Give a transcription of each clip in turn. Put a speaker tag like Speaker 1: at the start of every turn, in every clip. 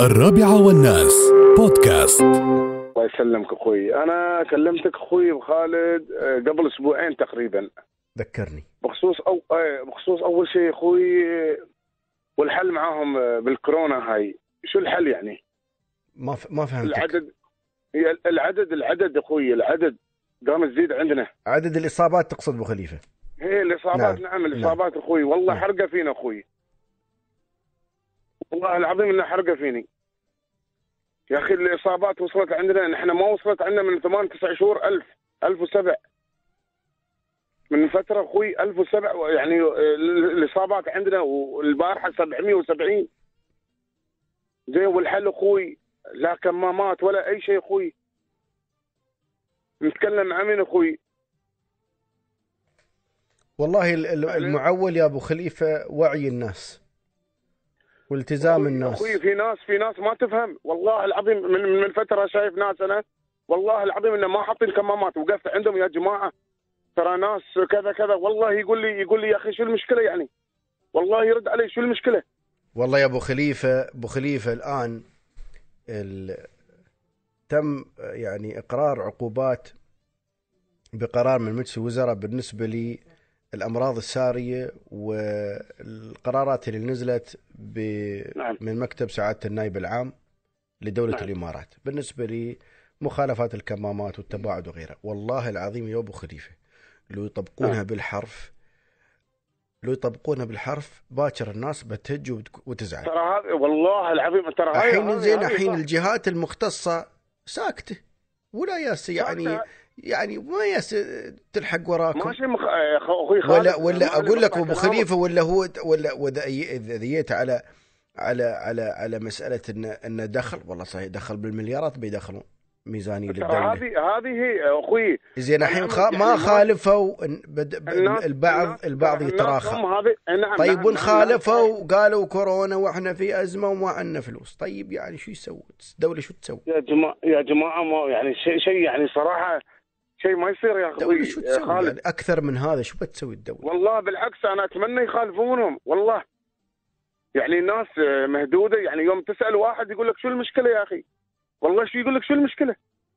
Speaker 1: الرابعة والناس بودكاست.
Speaker 2: الله يسلمك اخوي، انا كلمتك اخوي ابو خالد قبل اسبوعين تقريبا.
Speaker 3: ذكرني
Speaker 2: بخصوص اول شيء اخوي، والحل معاهم بالكورونا هاي، شو الحل يعني؟
Speaker 3: ما فهمتك.
Speaker 2: العدد اخوي، العدد قام تزيد عندنا.
Speaker 3: عدد الاصابات تقصد ابو خليفه؟
Speaker 2: هي الاصابات. نعم الاصابات اخوي، والله حرقه فينا اخوي، والله العظيم انها حرقه فيني يا اخي. الاصابات وصلت عندنا، نحن ما وصلت عندنا من 8-9 شهور 1007 من فتره اخوي، 1007 يعني الاصابات عندنا، والبارحه 770. زين، والحل اخوي لا كمامات ولا اي شيء اخوي. نتكلم مع مين اخوي؟
Speaker 3: والله المعول يا ابو خليفه وعي الناس والتزام الناس
Speaker 2: اخوي. في ناس ما تفهم، والله العظيم من فتره شايف ناس، انا والله العظيم انه ما حاطين كمامات. وقفت عندهم يا جماعه ترى ناس كذا، والله يقول لي يا اخي شو المشكله يعني؟ والله يرد علي شو المشكله؟
Speaker 3: والله يا ابو خليفه الان تم يعني اقرار عقوبات بقرار من مجلس الوزراء بالنسبه للامراض الساريه، والقرارات اللي نزلت
Speaker 2: نعم.
Speaker 3: من مكتب سعاده النائب العام لدوله
Speaker 2: نعم.
Speaker 3: الامارات بالنسبه لمخالفات الكمامات والتباعد وغيرها. والله العظيم يا ابو خليفه لو يطبقونها
Speaker 2: نعم.
Speaker 3: بالحرف باكر الناس بتهج وتزعل.
Speaker 2: ترى هذا والله العظيم، ترى
Speaker 3: الحين الجهات المختصه ساكته ولا ياس يعني ما ياس تلحق وراكم.
Speaker 2: ماشي اخوي خالد،
Speaker 3: ولا اقول لك ابو خليفه، ولا هو ولا اذا ذيت على مساله ان دخل، والله صحيح دخل بالمليارات بيدخلون ميزانيه للدوله.
Speaker 2: هذه هي اخوي.
Speaker 3: زين الحين ما خالفوا البعض يتراخى. طيب وان خالفوا وقالوا كورونا واحنا في ازمه وما عندنا فلوس، طيب يعني شو يسوي الدوله؟ شو تسوي
Speaker 2: يا جماعه ما يعني شيء يعني صراحه شيء ما يصير يا اخوي.
Speaker 3: شو تسوي يعني اكثر من هذا؟ شو بتسوي الدوله؟
Speaker 2: والله بالعكس، انا اتمنى يخالفونهم والله. يعني الناس مهدوده، يعني يوم تسال واحد يقول لك شو المشكله يا اخي، والله شو يقول لك شو المشكله؟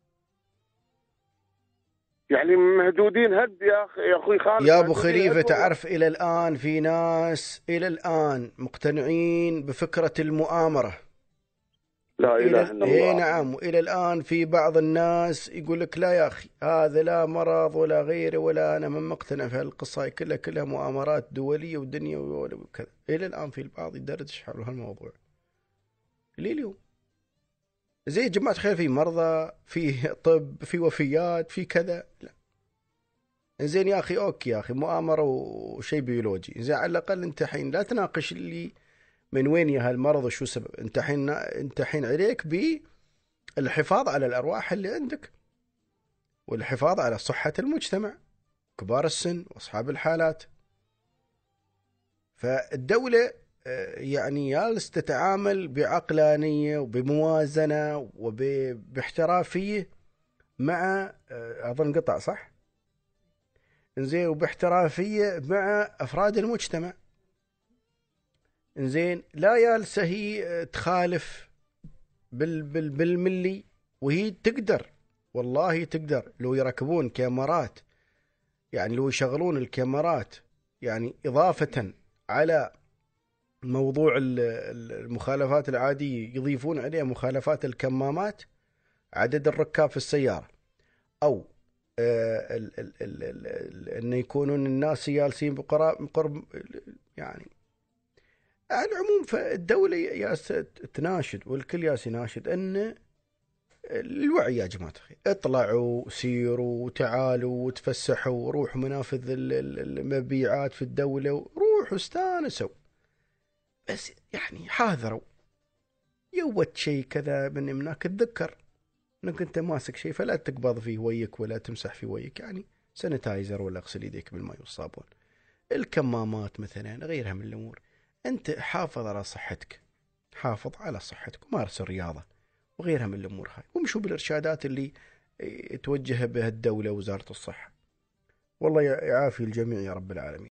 Speaker 2: يعني مهدودين هد يا اخوي خالد.
Speaker 3: يا ابو خليفه تعرف الى الان في ناس مقتنعين بفكره المؤامره.
Speaker 2: لا اله الا الله.
Speaker 3: نعم، والى الان في بعض الناس يقول لك لا يا اخي هذا لا مرض ولا غيره، ولا انا من مقتنع في هالقصه، كلها مؤامرات دوليه ودنيا وكذا. الى الان في البعض يدردش حول هالموضوع اليوم. زي يا جماعه خير، في مرضى، في طب، في وفيات، في كذا. لا زين يا اخي، اوكي يا اخي مؤامره وشيء بيولوجي. زين على الاقل انت حين لا تناقش اللي من وين يا هالمرض وشو سبب. انت حين عليك بالحفاظ على الارواح اللي عندك، والحفاظ على صحه المجتمع، كبار السن واصحاب الحالات. فالدوله يعني جالس تتعامل بعقلانيه وبموازنه وباحترافيه مع اظن قطع صح؟ انزين، وباحترافيه مع افراد المجتمع. انزين، لا جالسه هي تخالف بالملي، وهي تقدر، والله تقدر لو يركبون كاميرات، يعني لو يشغلون الكاميرات يعني اضافه على موضوع المخالفات العاديه، يضيفون عليها مخالفات الكمامات، عدد الركاب في السياره، او أن يكونون الناس جالسين بقرب يعني على العموم. فالدولة ياس تناشد والكل ياس يناشد أن الوعي يا جماعة الخير، اطلعوا سيروا وتعالوا وتفسحوا وروحوا منافذ المبيعات في الدولة، وروحوا استانسوا، بس يعني حاذروا. يوت شيء كذا من هناك تذكر انك انت ماسك شيء فلا تقبض فيه ويك ولا تمسح فيه ويك، يعني سانيتايزر ولا اغسل يديك بالماء والصابون. الكمامات مثلا غيرها من الامور. انت حافظ على صحتك ومارس الرياضه وغيرها من الامور هاي، ومشوا بالارشادات اللي توجه بها الدوله ووزاره الصحه. والله يعافي الجميع يا رب العالمين.